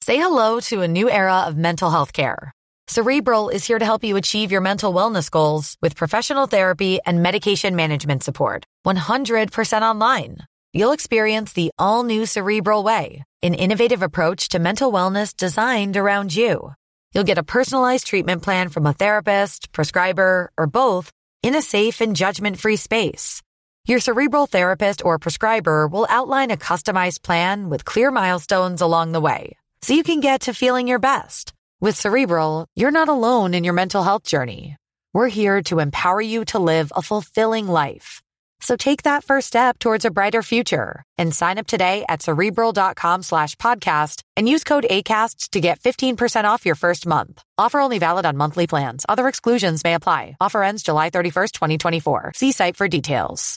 Say hello to a new era of mental health care. Cerebral is here to help you achieve your mental wellness goals with professional therapy and medication management support. 100% online. You'll experience the all-new Cerebral Way, an innovative approach to mental wellness designed around you. You'll get a personalized treatment plan from a therapist, prescriber, or both in a safe and judgment-free space. Your Cerebral therapist or prescriber will outline a customized plan with clear milestones along the way, so you can get to feeling your best. With Cerebral, you're not alone in your mental health journey. We're here to empower you to live a fulfilling life. So take that first step towards a brighter future and sign up today at Cerebral.com/podcast and use code ACAST to get 15% off your first month. Offer only valid on monthly plans. Other exclusions may apply. Offer ends July 31st, 2024. See site for details.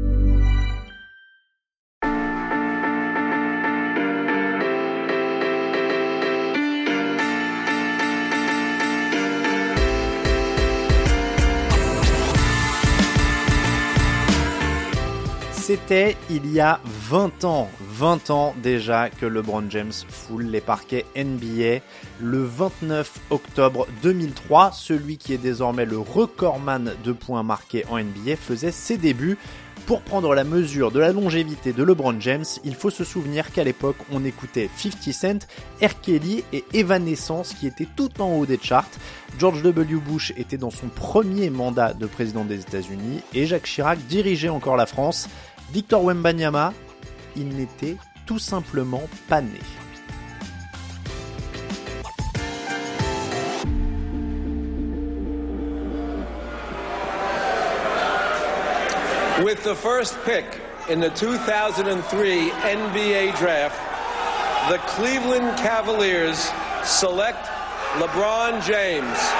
C'était il y a 20 ans déjà que LeBron James foule les parquets NBA. Le 29 octobre 2003, celui qui est désormais le recordman de points marqués en NBA faisait ses débuts. Pour prendre la mesure de la longévité de LeBron James, il faut se souvenir qu'à l'époque, on écoutait 50 Cent, R. Kelly et Evanescence qui étaient tout en haut des charts. George W. Bush était dans son premier mandat de président des États-Unis et Jacques Chirac dirigeait encore la France. Victor Wembanyama, il n'était tout simplement pas né. With the first pick in the 2003 NBA draft, the Cleveland Cavaliers select LeBron James.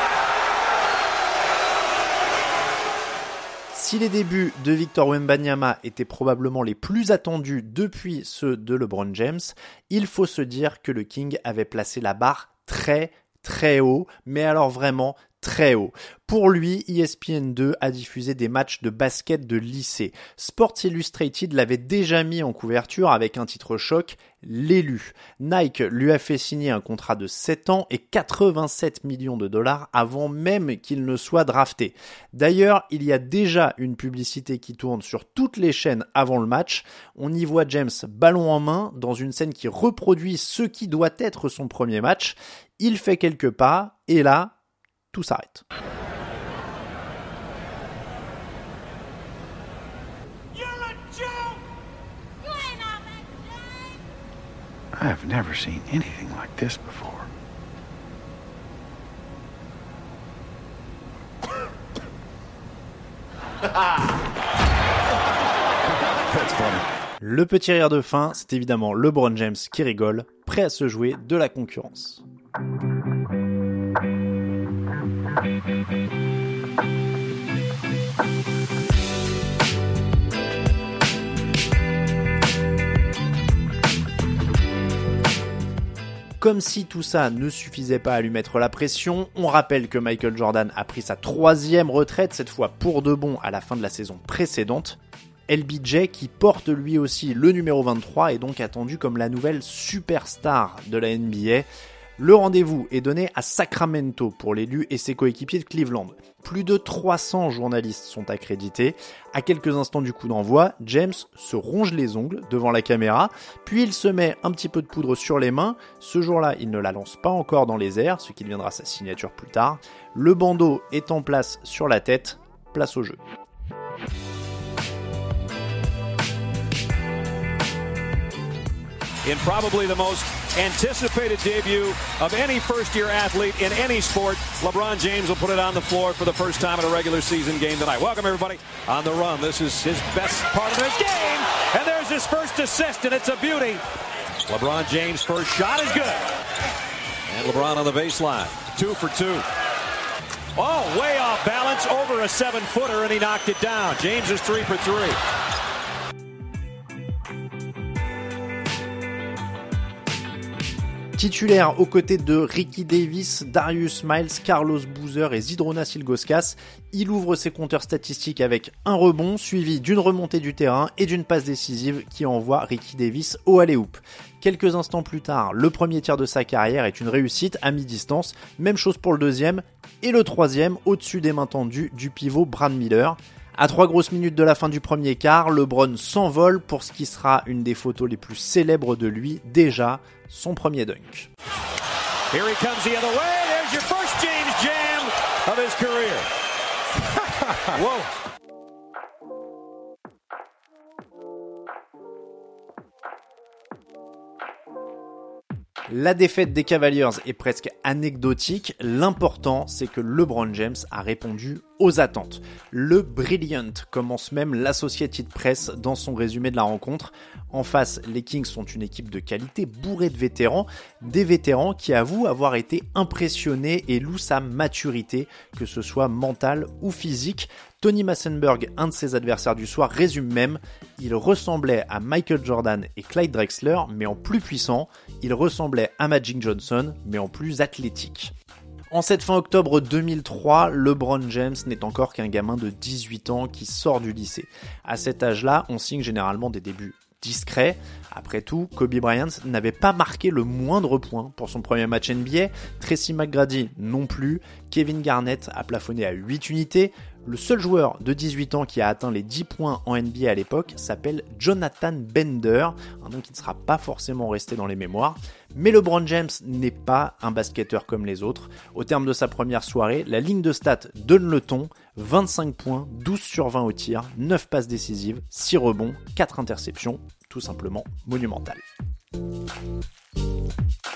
Si les débuts de Victor Wembanyama étaient probablement les plus attendus depuis ceux de LeBron James, il faut se dire que le King avait placé la barre très très haut, mais alors vraiment très haut. Pour lui, ESPN2 a diffusé des matchs de basket de lycée. Sports Illustrated l'avait déjà mis en couverture avec un titre choc, l'élu. Nike lui a fait signer un contrat de 7 ans et 87 millions de dollars avant même qu'il ne soit drafté. D'ailleurs, il y a déjà une publicité qui tourne sur toutes les chaînes avant le match. On y voit James ballon en main dans une scène qui reproduit ce qui doit être son premier match. Il fait quelques pas et là, tout s'arrête. I have never seen anything like this before. That's funny. Le petit rire de fin, c'est évidemment LeBron James qui rigole, prêt à se jouer de la concurrence. Comme si tout ça ne suffisait pas à lui mettre la pression, on rappelle que Michael Jordan a pris sa 3e retraite, cette fois pour de bon à la fin de la saison précédente. LBJ, qui porte lui aussi le numéro 23, est donc attendu comme la nouvelle superstar de la NBA. Le rendez-vous est donné à Sacramento pour l'élu et ses coéquipiers de Cleveland. Plus de 300 journalistes sont accrédités. À quelques instants du coup d'envoi, James se ronge les ongles devant la caméra, puis il se met un petit peu de poudre sur les mains. Ce jour-là, il ne la lance pas encore dans les airs, ce qui deviendra sa signature plus tard. Le bandeau est en place sur la tête. Place au jeu. In probably the most anticipated debut of any first-year athlete in any sport, LeBron James will put it on the floor for the first time in a regular season game tonight. Welcome, everybody, on the run. This is his best part of his game, and there's his first assist, and it's a beauty. LeBron James' first shot is good. And LeBron on the baseline, 2 for 2. Oh, way off balance, over a 7-footer, and he knocked it down. James is 3 for 3. Titulaire aux côtés de Ricky Davis, Darius Miles, Carlos Boozer et Zydrunas Ilgauskas, il ouvre ses compteurs statistiques avec un rebond suivi d'une remontée du terrain et d'une passe décisive qui envoie Ricky Davis au alley-oop. Quelques instants plus tard, le premier tir de sa carrière est une réussite à mi-distance, même chose pour le deuxième, et le troisième au-dessus des mains tendues du pivot Brad Miller. À 3 grosses minutes de la fin du premier quart, LeBron s'envole pour ce qui sera une des photos les plus célèbres de lui, déjà son premier dunk. Here he comes the other way. There's your first James Jam of his career. Whoa. La défaite des Cavaliers est presque anecdotique, l'important c'est que LeBron James a répondu aux attentes. Le Brilliant commence même l'Associated Press dans son résumé de la rencontre. En face, les Kings sont une équipe de qualité bourrée de vétérans, des vétérans qui avouent avoir été impressionnés et louent sa maturité, que ce soit mentale ou physique. Tony Massenberg, un de ses adversaires du soir, résume même « Il ressemblait à Michael Jordan et Clyde Drexler, mais en plus puissant. Il ressemblait à Magic Johnson, mais en plus athlétique. » En cette fin octobre 2003, LeBron James n'est encore qu'un gamin de 18 ans qui sort du lycée. À cet âge-là, on signe généralement des débuts discret. Après tout, Kobe Bryant n'avait pas marqué le moindre point pour son premier match NBA, Tracy McGrady non plus, Kevin Garnett a plafonné à 8 unités, le seul joueur de 18 ans qui a atteint les 10 points en NBA à l'époque s'appelle Jonathan Bender, un nom qui ne sera pas forcément resté dans les mémoires, mais LeBron James n'est pas un basketteur comme les autres. Au terme de sa première soirée, la ligne de stats donne le ton, 25 points, 12 sur 20 au tir, 9 passes décisives, 6 rebonds, 4 interceptions, tout simplement monumental.